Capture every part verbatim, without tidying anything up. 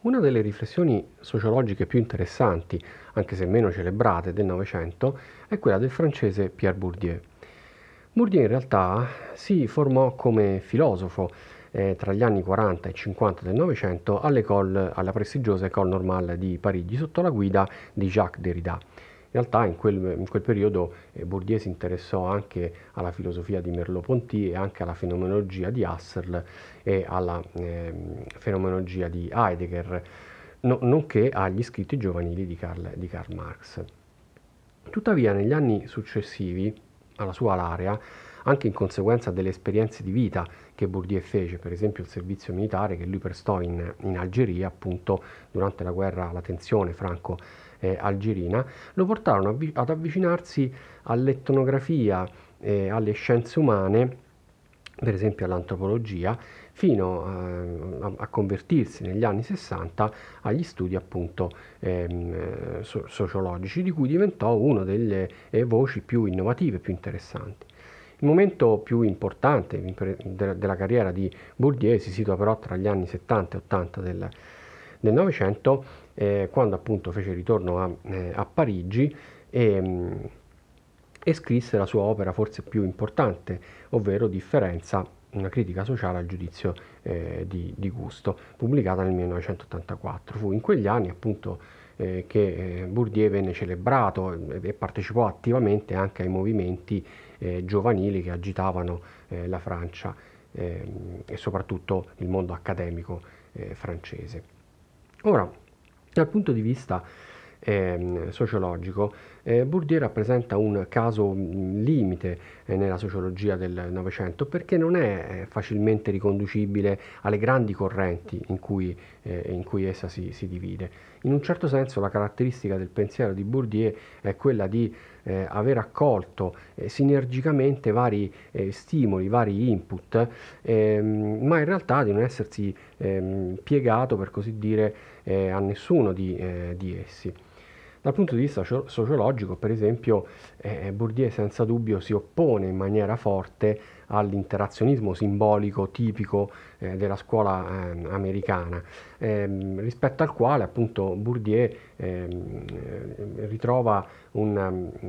Una delle riflessioni sociologiche più interessanti, anche se meno celebrate, del Novecento è quella del francese Pierre Bourdieu. Bourdieu in realtà si formò come filosofo eh, tra gli anni quaranta e cinquanta del Novecento alla prestigiosa École Normale di Parigi sotto la guida di Jacques Derrida. In realtà in quel, in quel periodo eh, Bourdieu si interessò anche alla filosofia di Merleau-Ponty e anche alla fenomenologia di Husserl e alla eh, fenomenologia di Heidegger, no, nonché agli scritti giovanili di Karl, di Karl Marx. Tuttavia, negli anni successivi alla sua laurea, anche in conseguenza delle esperienze di vita che Bourdieu fece, per esempio il servizio militare che lui prestò in, in Algeria, appunto durante la guerra, la tensione franco-algerina, lo portarono ad avvicinarsi all'etnografia e alle scienze umane, per esempio all'antropologia, fino a, a, a convertirsi negli anni sessanta agli studi appunto ehm, so, sociologici, di cui diventò una delle eh, voci più innovative, più interessanti. Il momento più importante de, della carriera di Bourdieu si situa però tra gli anni settanta e ottanta del, del Novecento, eh, quando appunto fece ritorno a, eh, a Parigi e, mh, e scrisse la sua opera forse più importante, ovvero Differenza, una critica sociale al giudizio eh, di, di gusto, pubblicata nel millenovecentottantaquattro. Fu in quegli anni appunto eh, che eh, Bourdieu venne celebrato e, e partecipò attivamente anche ai movimenti eh, giovanili che agitavano eh, la Francia eh, e soprattutto il mondo accademico eh, francese. Ora, dal punto di vista eh, sociologico, eh, Bourdieu rappresenta un caso mh, limite eh, nella sociologia del Novecento perché non è eh, facilmente riconducibile alle grandi correnti in cui, eh, in cui essa si, si divide. In un certo senso la caratteristica del pensiero di Bourdieu è quella di eh, aver accolto eh, sinergicamente vari eh, stimoli, vari input, ehm, ma in realtà di non essersi ehm, piegato, per così dire, eh, a nessuno di, eh, di essi. Dal punto di vista sociologico, per esempio, eh, Bourdieu senza dubbio si oppone in maniera forte all'interazionismo simbolico tipico eh, della scuola eh, americana, ehm, rispetto al quale appunto Bourdieu ehm, ritrova una,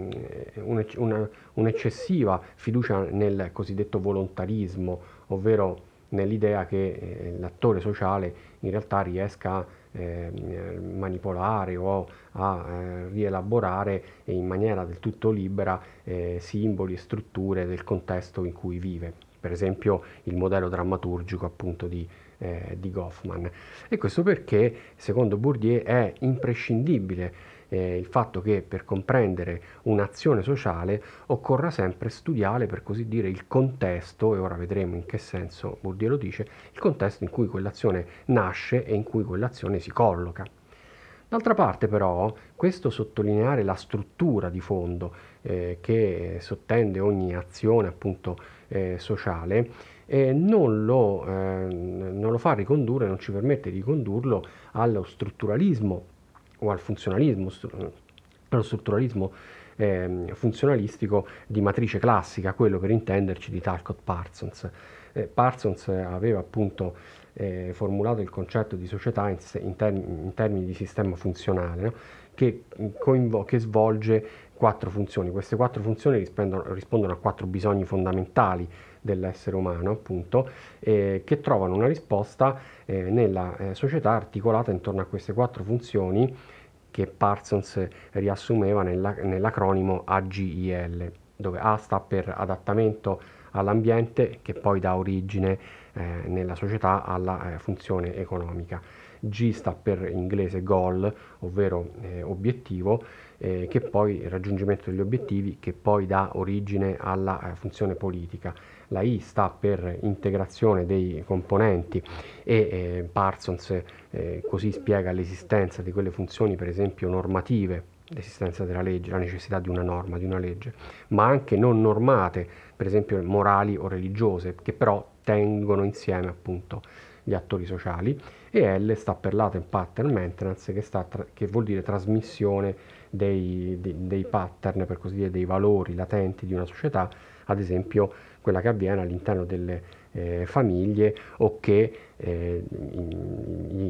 una, una, un'eccessiva fiducia nel cosiddetto volontarismo, ovvero nell'idea che eh, l'attore sociale in realtà riesca a eh, manipolare o a eh, rielaborare in maniera del tutto libera eh, simboli e strutture del contesto in cui vive. Per esempio il modello drammaturgico appunto di, eh, di Goffman. E questo perché, secondo Bourdieu, è imprescindibile eh, il fatto che per comprendere un'azione sociale occorra sempre studiare, per così dire, il contesto, e ora vedremo in che senso Bourdieu lo dice, il contesto in cui quell'azione nasce e in cui quell'azione si colloca. D'altra parte però, questo sottolineare la struttura di fondo eh, che sottende ogni azione appunto eh, sociale eh, non, lo, eh, non lo fa ricondurre, non ci permette di ricondurlo allo strutturalismo o al funzionalismo, allo strutturalismo eh, funzionalistico di matrice classica, quello per intenderci di Talcott Parsons. Eh, Parsons aveva appunto eh, formulato il concetto di società in, in, term- in termini di sistema funzionale, no? che, coinvo- che svolge quattro funzioni. Queste quattro funzioni rispondono, rispondono a quattro bisogni fondamentali dell'essere umano, appunto, eh, che trovano una risposta eh, nella eh, società articolata intorno a queste quattro funzioni che Parsons riassumeva nella, nell'acronimo A G I L, dove A sta per adattamento all'ambiente, che poi dà origine eh, nella società alla eh, funzione economica. G sta per inglese goal, ovvero eh, obiettivo, eh, che poi il raggiungimento degli obiettivi, che poi dà origine alla eh, funzione politica. La I sta per integrazione dei componenti e eh, Parsons eh, così spiega l'esistenza di quelle funzioni, per esempio normative, l'esistenza della legge, la necessità di una norma, di una legge, ma anche non normate, per esempio morali o religiose, che però tengono insieme appunto gli attori sociali, e L sta per latent pattern maintenance, che, sta tra- che vuol dire trasmissione dei, dei, dei pattern, per così dire, dei valori latenti di una società, ad esempio quella che avviene all'interno delle eh, famiglie o che eh, i, i,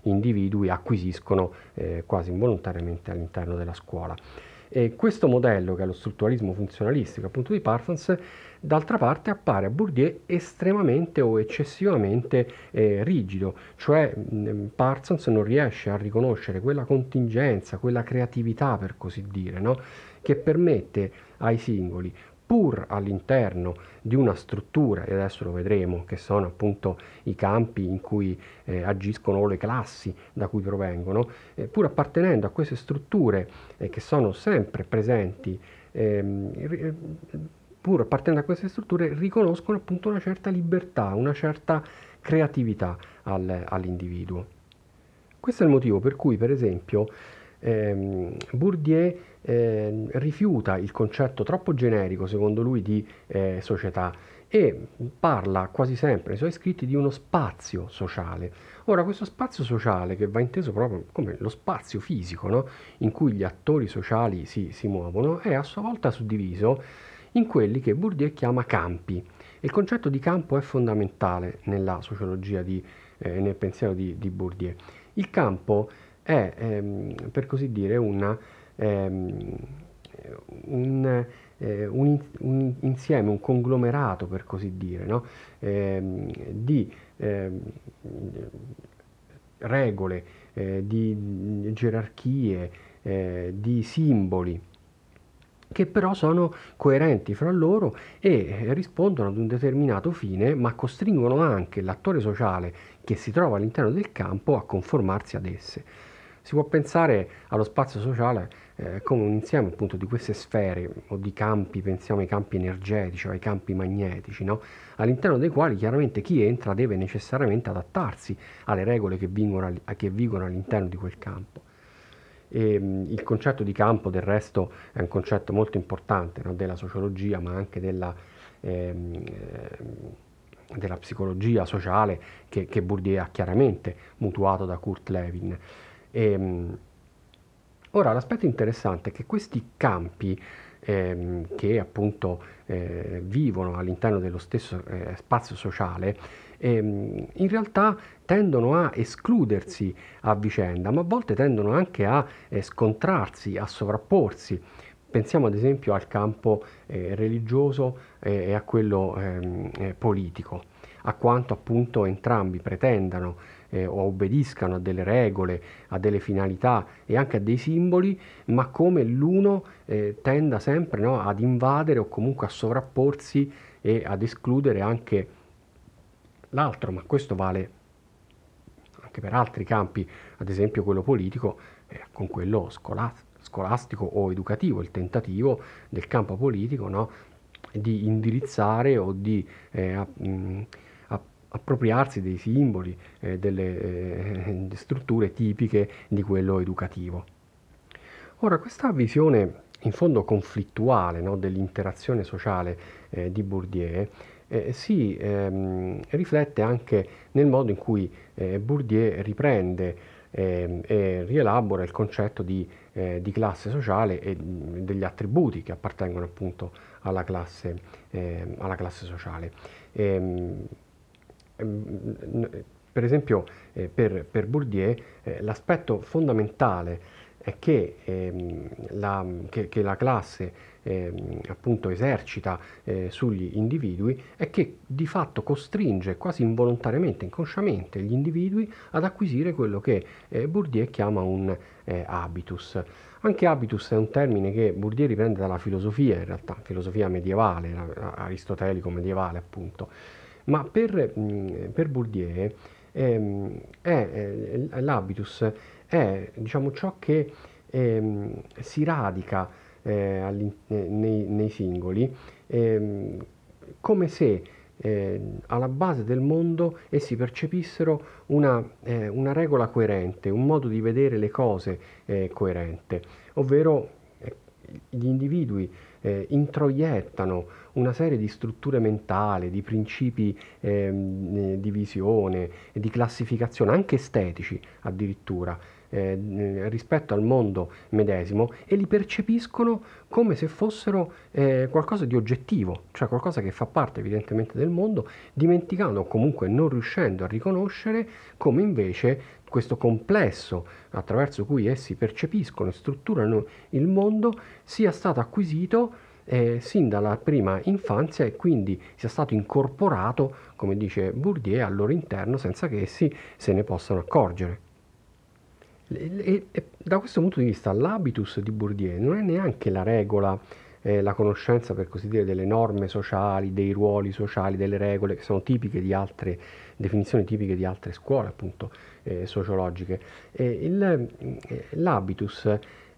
gli individui acquisiscono eh, quasi involontariamente all'interno della scuola. E questo modello, che è lo strutturalismo funzionalistico appunto di Parsons, d'altra parte appare a Bourdieu estremamente o eccessivamente eh, rigido, cioè mh, Parsons non riesce a riconoscere quella contingenza, quella creatività per così dire, no? Che permette ai singoli, pur all'interno di una struttura, e adesso lo vedremo, che sono appunto i campi in cui eh, agiscono le classi da cui provengono, eh, pur appartenendo a queste strutture eh, che sono sempre presenti, ehm, pur appartenendo a queste strutture, riconoscono appunto una certa libertà, una certa creatività al, all'individuo. Questo è il motivo per cui, per esempio, ehm, Bourdieu eh, rifiuta il concetto troppo generico, secondo lui, di eh, società e parla quasi sempre nei suoi scritti di uno spazio sociale. Ora, questo spazio sociale, che va inteso proprio come lo spazio fisico, no? In cui gli attori sociali si, si muovono, è a sua volta suddiviso in quelli che Bourdieu chiama campi. Il concetto di campo è fondamentale nella sociologia di, eh, nel pensiero di, di Bourdieu. Il campo è, ehm, per così dire, una, ehm, un, eh, un, un insieme, un conglomerato, per così dire, no? Ehm, di ehm, regole, eh, di gerarchie, eh, di simboli che però sono coerenti fra loro e rispondono ad un determinato fine, ma costringono anche l'attore sociale che si trova all'interno del campo a conformarsi ad esse. Si può pensare allo spazio sociale eh, come un insieme appunto di queste sfere o di campi, pensiamo ai campi energetici o ai campi magnetici, no? All'interno dei quali chiaramente chi entra deve necessariamente adattarsi alle regole che, vingono, che vigono all'interno di quel campo. E, il concetto di campo, del resto, è un concetto molto importante, no? Della sociologia, ma anche della, ehm, della psicologia sociale che, che Bourdieu ha chiaramente mutuato da Kurt Lewin. E, ora, l'aspetto interessante è che questi campi ehm, che appunto eh, vivono all'interno dello stesso eh, spazio sociale ehm, in realtà tendono a escludersi a vicenda, ma a volte tendono anche a eh, scontrarsi, a sovrapporsi. Pensiamo ad esempio al campo eh, religioso eh, e a quello ehm, eh, politico, a quanto appunto entrambi pretendano eh, o obbediscano a delle regole, a delle finalità e anche a dei simboli, ma come l'uno eh, tenda sempre, no, ad invadere o comunque a sovrapporsi e ad escludere anche l'altro, ma questo vale anche per altri campi, ad esempio quello politico, eh, con quello scolas- scolastico o educativo, il tentativo del campo politico, no, di indirizzare o di eh, a- mh, a- appropriarsi dei simboli, eh, delle eh, strutture tipiche di quello educativo. Ora, questa visione in fondo conflittuale, no, dell'interazione sociale eh, di Bourdieu eh, si ehm, riflette anche nel modo in cui eh, Bourdieu riprende ehm, e rielabora il concetto di, eh, di classe sociale e mh, degli attributi che appartengono appunto alla classe, ehm, alla classe sociale. Ehm, ehm, per esempio, eh, per, per Bourdieu eh, l'aspetto fondamentale è che, ehm, la, che, che la classe ehm, appunto esercita eh, sugli individui è che di fatto costringe quasi involontariamente, inconsciamente gli individui ad acquisire quello che eh, Bourdieu chiama un eh, habitus. Anche habitus è un termine che Bourdieu riprende dalla filosofia, in realtà, filosofia medievale, aristotelico medievale appunto. Ma per, mh, per Bourdieu ehm, è, eh, l'habitus è diciamo, ciò che ehm, si radica eh, all'in- eh, nei, nei singoli, ehm, come se eh, alla base del mondo essi percepissero una, eh, una regola coerente, un modo di vedere le cose eh, coerente, ovvero eh, gli individui eh, introiettano una serie di strutture mentali, di principi ehm, eh, di visione, di classificazione, anche estetici addirittura, eh, rispetto al mondo medesimo e li percepiscono come se fossero eh, qualcosa di oggettivo, cioè qualcosa che fa parte evidentemente del mondo, dimenticando o comunque non riuscendo a riconoscere come invece questo complesso attraverso cui essi percepiscono e strutturano il mondo sia stato acquisito eh, sin dalla prima infanzia e quindi sia stato incorporato, come dice Bourdieu, al loro interno senza che essi se ne possano accorgere. E, e da questo punto di vista l'habitus di Bourdieu non è neanche la regola, eh, la conoscenza per così dire delle norme sociali, dei ruoli sociali, delle regole che sono tipiche di altre definizioni tipiche di altre scuole appunto eh, sociologiche. E il, eh, l'habitus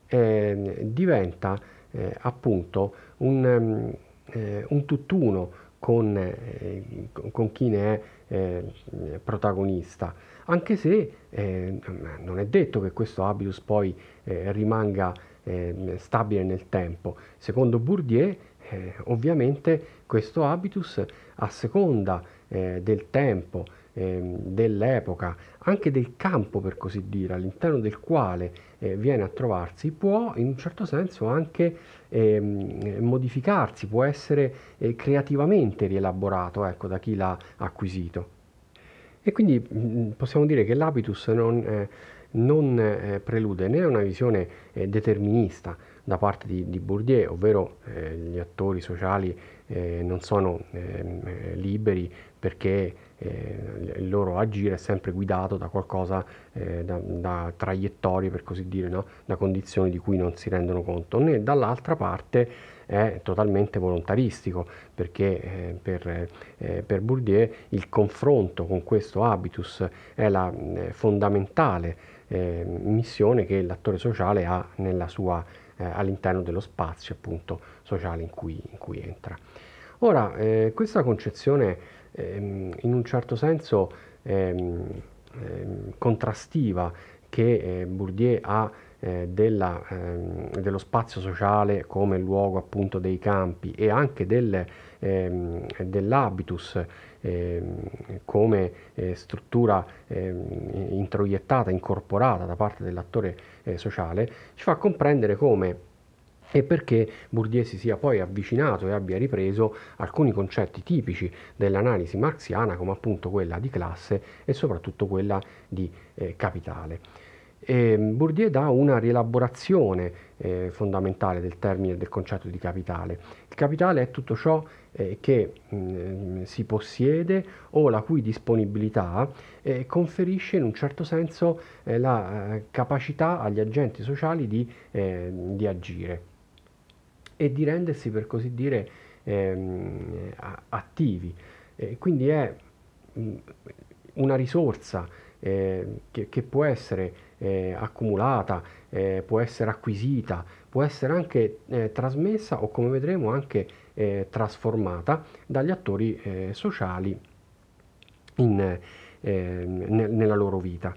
eh, diventa eh, appunto un, um, eh, un tutt'uno con, eh, con chi ne è eh, protagonista, anche se eh, non è detto che questo habitus poi eh, rimanga eh, stabile nel tempo. Secondo Bourdieu, eh, ovviamente questo habitus a seconda eh, del tempo, eh, dell'epoca, anche del campo per così dire, all'interno del quale eh, viene a trovarsi, può in un certo senso anche eh, modificarsi, può essere eh, creativamente rielaborato, ecco, da chi l'ha acquisito. E quindi mh, possiamo dire che l'habitus non, eh, non eh, prelude né a una visione eh, determinista da parte di, di Bourdieu, ovvero eh, gli attori sociali eh, non sono ehm, eh, liberi perché eh, il loro agire è sempre guidato da qualcosa, eh, da, da traiettorie per così dire, no? Da condizioni di cui non si rendono conto, né dall'altra parte è totalmente volontaristico perché eh, per, eh, per Bourdieu il confronto con questo habitus è la eh, fondamentale eh, missione che l'attore sociale ha nella sua, eh, all'interno dello spazio appunto sociale in cui, in cui entra. Ora, eh, questa concezione ehm, in un certo senso ehm, ehm, contrastiva che eh, Bourdieu ha eh, della, ehm, dello spazio sociale come luogo appunto dei campi e anche del, ehm, dell'habitus ehm, come eh, struttura ehm, introiettata, incorporata da parte dell'attore eh, sociale, ci fa comprendere come e perché Bourdieu si sia poi avvicinato e abbia ripreso alcuni concetti tipici dell'analisi marxiana, come appunto quella di classe e soprattutto quella di eh, capitale. E Bourdieu dà una rielaborazione eh, fondamentale del termine del concetto di capitale. Il capitale è tutto ciò eh, che mh, si possiede o la cui disponibilità eh, conferisce in un certo senso eh, la eh, capacità agli agenti sociali di, eh, di agire e di rendersi per così dire ehm, attivi. E quindi è mh, una risorsa eh, che, che può essere eh, accumulata, eh, può essere acquisita, può essere anche eh, trasmessa o come vedremo anche eh, trasformata dagli attori eh, sociali in, eh, ne- nella loro vita.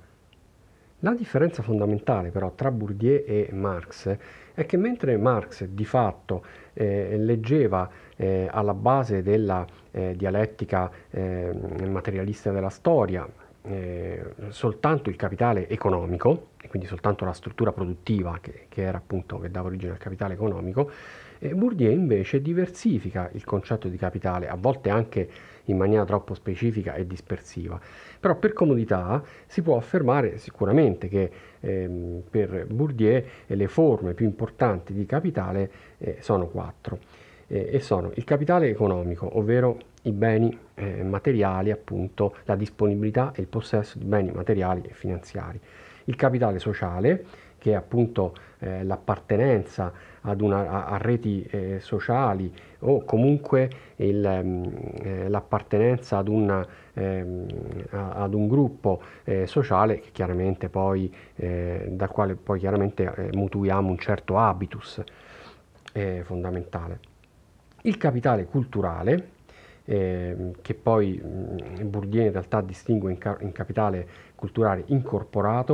La differenza fondamentale però tra Bourdieu e Marx è che mentre Marx di fatto eh, leggeva eh, alla base della eh, dialettica eh, materialista della storia eh, soltanto il capitale economico, e quindi soltanto la struttura produttiva che, che era appunto che dava origine al capitale economico, eh, Bourdieu invece diversifica il concetto di capitale, a volte anche in maniera troppo specifica e dispersiva. Però per comodità si può affermare sicuramente che ehm, per Bourdieu eh, le forme più importanti di capitale eh, sono quattro eh, e sono il capitale economico, ovvero i beni eh, materiali, appunto la disponibilità e il possesso di beni materiali e finanziari, il capitale sociale, che è appunto eh, l'appartenenza ad una, a, a reti eh, sociali o comunque il, eh, l'appartenenza ad, una, ehm, a, ad un gruppo eh, sociale che chiaramente poi, eh, dal quale poi chiaramente eh, mutuiamo un certo habitus eh, fondamentale. Il capitale culturale, eh, che poi mh, Bourdieu in realtà distingue in, ca- in capitale culturale incorporato,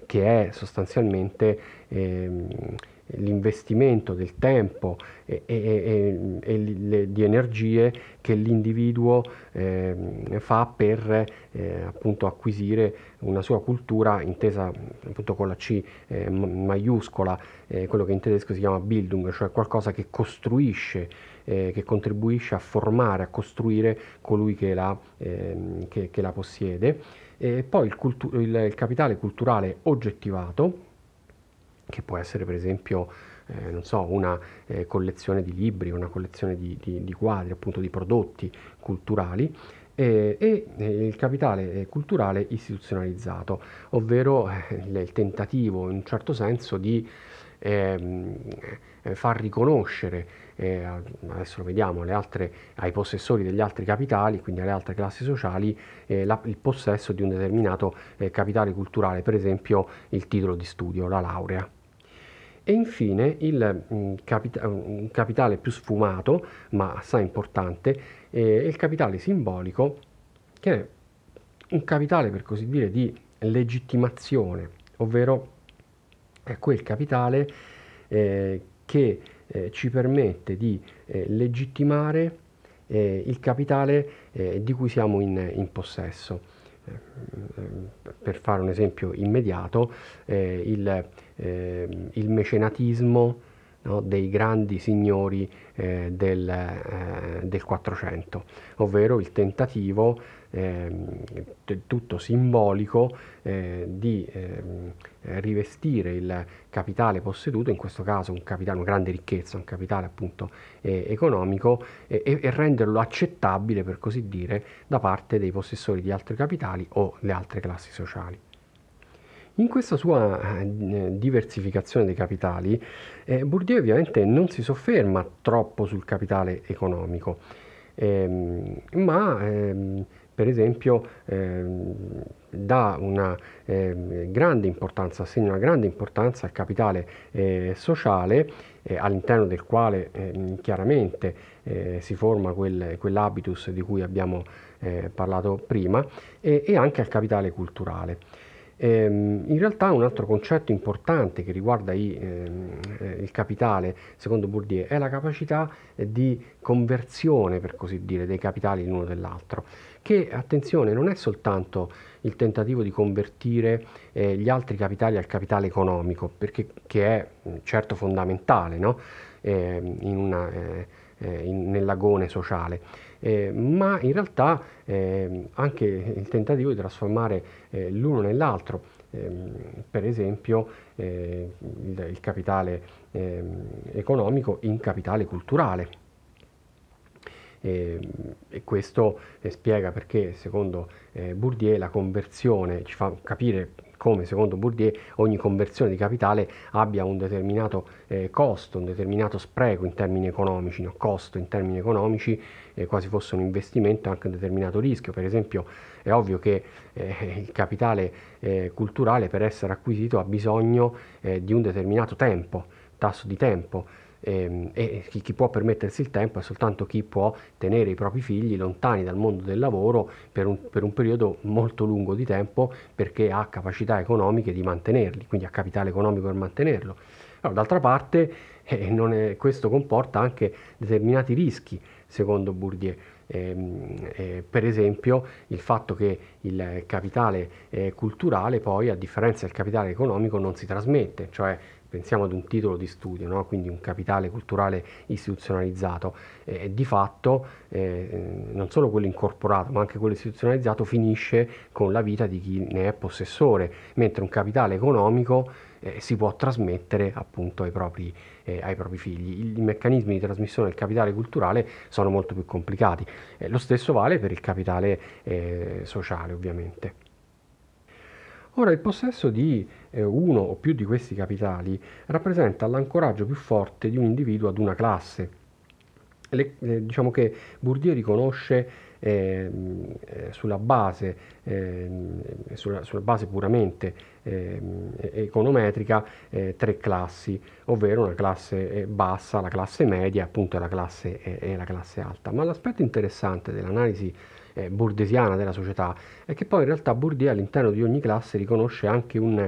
che è sostanzialmente ehm, l'investimento del tempo e, e- e- e le- di energie che l'individuo ehm, fa per eh, appunto acquisire una sua cultura intesa appunto con la C eh, m- maiuscola, eh, quello che in tedesco si chiama Bildung, cioè qualcosa che costruisce, eh, che contribuisce a formare, a costruire colui che la, ehm, che- che la possiede. E poi il, cultu- il- il capitale culturale oggettivato, che può essere per esempio, eh, non so, una eh, collezione di libri, una collezione di, di- di quadri, appunto di prodotti culturali, eh, e eh, il capitale eh, culturale istituzionalizzato, ovvero eh, il il tentativo in un certo senso di ehm, eh, far riconoscere, eh, adesso lo vediamo, alle altre, ai possessori degli altri capitali, quindi alle altre classi sociali, eh, la- il possesso di un determinato eh, capitale culturale, per esempio il titolo di studio, la laurea. E infine il mm, capita- un capitale più sfumato, ma assai importante, eh, è il capitale simbolico, che è un capitale per così dire di legittimazione, ovvero è quel capitale eh, che eh, ci permette di eh, legittimare eh, il capitale eh, di cui siamo in, in possesso. Eh, per fare un esempio immediato, eh, il, eh, il mecenatismo, no, dei grandi signori eh, del, eh, del quattrocento, ovvero il tentativo ehm, del tutto simbolico eh, di ehm, rivestire il capitale posseduto, in questo caso un capitale, una grande ricchezza, un capitale appunto eh, economico, e, e renderlo accettabile, per così dire, da parte dei possessori di altri capitali o le altre classi sociali. In questa sua eh, diversificazione dei capitali, eh, Bourdieu ovviamente non si sofferma troppo sul capitale economico, ehm, ma ehm, per esempio ehm, dà una ehm, grande importanza, assegna una grande importanza al capitale eh, sociale, eh, all'interno del quale ehm, chiaramente eh, si forma quel, quell'habitus di cui abbiamo eh, parlato prima, e, e anche al capitale culturale. Ehm, in realtà un altro concetto importante che riguarda i, ehm, eh, il capitale, secondo Bourdieu, è la capacità eh, di conversione, per così dire, dei capitali l'uno dell'altro, che, attenzione, non è soltanto il tentativo di convertire eh, gli altri capitali al capitale economico, perché, che è mh, certo fondamentale, no? Ehm, in una, eh, eh, in- nell'agone sociale, eh, ma in realtà eh, anche il tentativo di trasformare eh, l'uno nell'altro, ehm, per esempio eh, il, il capitale ehm, economico in capitale culturale. E, e questo eh, spiega perché, secondo eh, Bourdieu, la conversione ci fa capire come, secondo Bourdieu, ogni conversione di capitale abbia un determinato eh, costo, un determinato spreco in termini economici, no? Costo in termini economici, eh, quasi fosse un investimento e anche un determinato rischio. Per esempio, è ovvio che eh, il capitale eh, culturale, per essere acquisito, ha bisogno eh, di un determinato tempo, tasso di tempo. Ehm, E chi, chi può permettersi il tempo è soltanto chi può tenere i propri figli lontani dal mondo del lavoro per un, per un periodo molto lungo di tempo, perché ha capacità economiche di mantenerli, quindi ha capitale economico per mantenerlo. Allora, d'altra parte, eh, non è- questo comporta anche determinati rischi, secondo Bourdieu. Ehm, eh, per esempio il fatto che il capitale eh, culturale poi, a differenza del capitale economico, non si trasmette, cioè pensiamo ad un titolo di studio, no? Quindi un capitale culturale istituzionalizzato, eh, di fatto eh, non solo quello incorporato ma anche quello istituzionalizzato finisce con la vita di chi ne è possessore, mentre un capitale economico eh, si può trasmettere appunto ai propri, eh, ai propri figli. I meccanismi di trasmissione del capitale culturale sono molto più complicati. Eh, lo stesso vale per il capitale eh, sociale, ovviamente. Ora, il possesso di eh, uno o più di questi capitali rappresenta l'ancoraggio più forte di un individuo ad una classe. Le- eh, diciamo che Bourdieu riconosce ehm, eh, sulla base, ehm, sulla, sulla base puramente ehm, econometrica, eh, tre classi, ovvero una classe eh, bassa, la classe media, appunto, e la classe, eh, e la classe alta. Ma l'aspetto interessante dell'analisi eh, bourdieusiana della società è che poi in realtà Bourdieu all'interno di ogni classe riconosce anche un,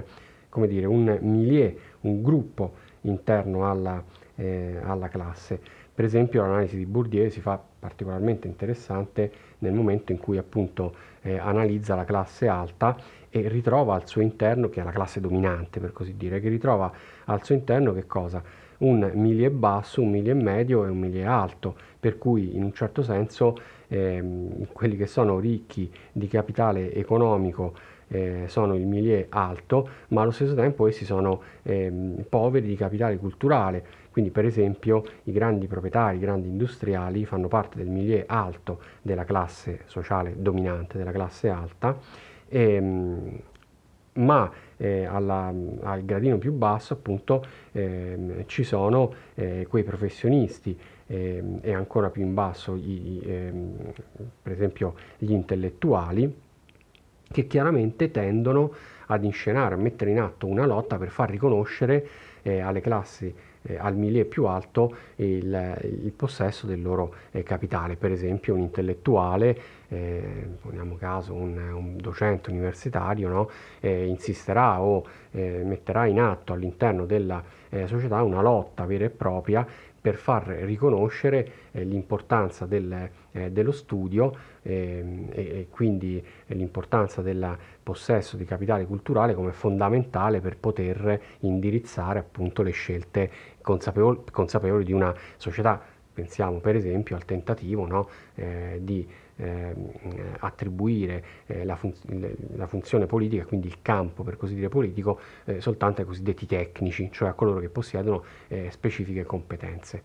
come dire, un milieu, un gruppo interno alla, eh, alla classe. Per esempio l'analisi di Bourdieu si fa particolarmente interessante nel momento in cui appunto eh, analizza la classe alta e ritrova al suo interno, che è la classe dominante per così dire, che ritrova al suo interno che cosa? Un milieu basso, un milieu medio e un milieu alto, per cui in un certo senso ehm, quelli che sono ricchi di capitale economico eh, sono il milieu alto, ma allo stesso tempo essi sono ehm, poveri di capitale culturale. Quindi per esempio i grandi proprietari, i grandi industriali fanno parte del milieu alto della classe sociale dominante, della classe alta, ehm, ma eh, alla, al gradino più basso appunto ehm, ci sono eh, quei professionisti ehm, e ancora più in basso i, ehm, per esempio gli intellettuali, che chiaramente tendono ad inscenare, a mettere in atto una lotta per far riconoscere eh, alle classi, eh, al milieu più alto, il, il possesso del loro eh, capitale. Per esempio un intellettuale, eh, poniamo caso un, un docente universitario, no? eh, insisterà o eh, metterà in atto all'interno della eh, società una lotta vera e propria per far riconoscere eh, l'importanza del, eh, dello studio ehm, e, e quindi l'importanza del possesso di capitale culturale come fondamentale per poter indirizzare appunto le scelte consapevoli, consapevoli di una società. Pensiamo per esempio al tentativo, no, eh, di eh, attribuire eh, la, fun- la, funzione politica, quindi il campo per così dire politico, eh, soltanto ai cosiddetti tecnici, cioè a coloro che possiedono eh, specifiche competenze.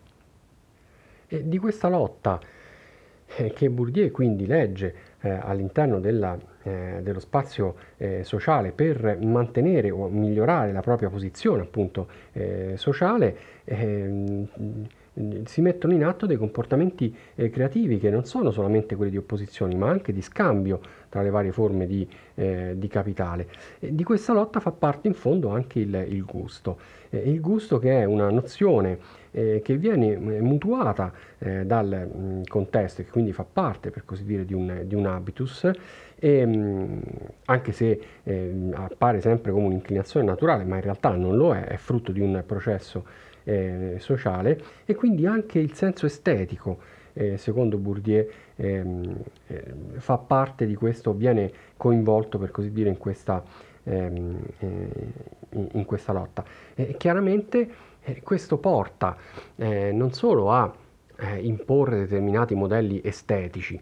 E di questa lotta eh, che Bourdieu quindi legge eh, all'interno della, eh, dello spazio eh, sociale per mantenere o migliorare la propria posizione appunto eh, sociale, ehm, si mettono in atto dei comportamenti eh, creativi che non sono solamente quelli di opposizione, ma anche di scambio tra le varie forme di, eh, di capitale. E di questa lotta fa parte in fondo anche il, il gusto. Eh, il gusto che è una nozione eh, che viene eh, mutuata eh, dal mh, contesto e che quindi fa parte, per così dire, di un, di un habitus, e, mh, anche se eh, appare sempre come un'inclinazione naturale, ma in realtà non lo è, è frutto di un processo eh, sociale, e quindi anche il senso estetico, eh, secondo Bourdieu, ehm, eh, fa parte di questo, viene coinvolto per così dire in questa, ehm, eh, in, in questa lotta. E chiaramente eh, questo porta eh, non solo a eh, imporre determinati modelli estetici,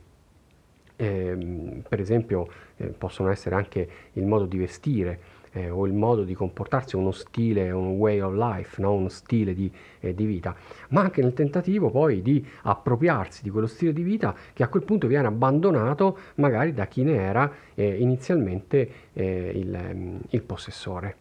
ehm, per esempio eh, possono essere anche il modo di vestire eh, o il modo di comportarsi, uno stile, un way of life, no? Uno stile di, eh, di vita, ma anche nel tentativo poi di appropriarsi di quello stile di vita che a quel punto viene abbandonato magari da chi ne era eh, inizialmente eh, il, ehm, il possessore.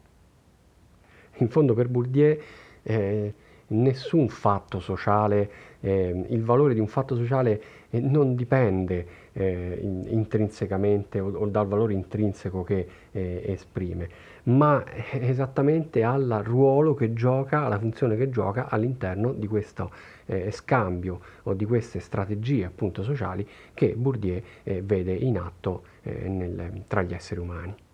In fondo per Bourdieu eh, nessun fatto sociale, eh, il valore di un fatto sociale eh, non dipende eh, in- intrinsecamente o, o dal valore intrinseco che eh, esprime, ma esattamente al ruolo che gioca, alla funzione che gioca all'interno di questo eh, scambio o di queste strategie appunto sociali che Bourdieu eh, vede in atto eh, nel- tra gli esseri umani.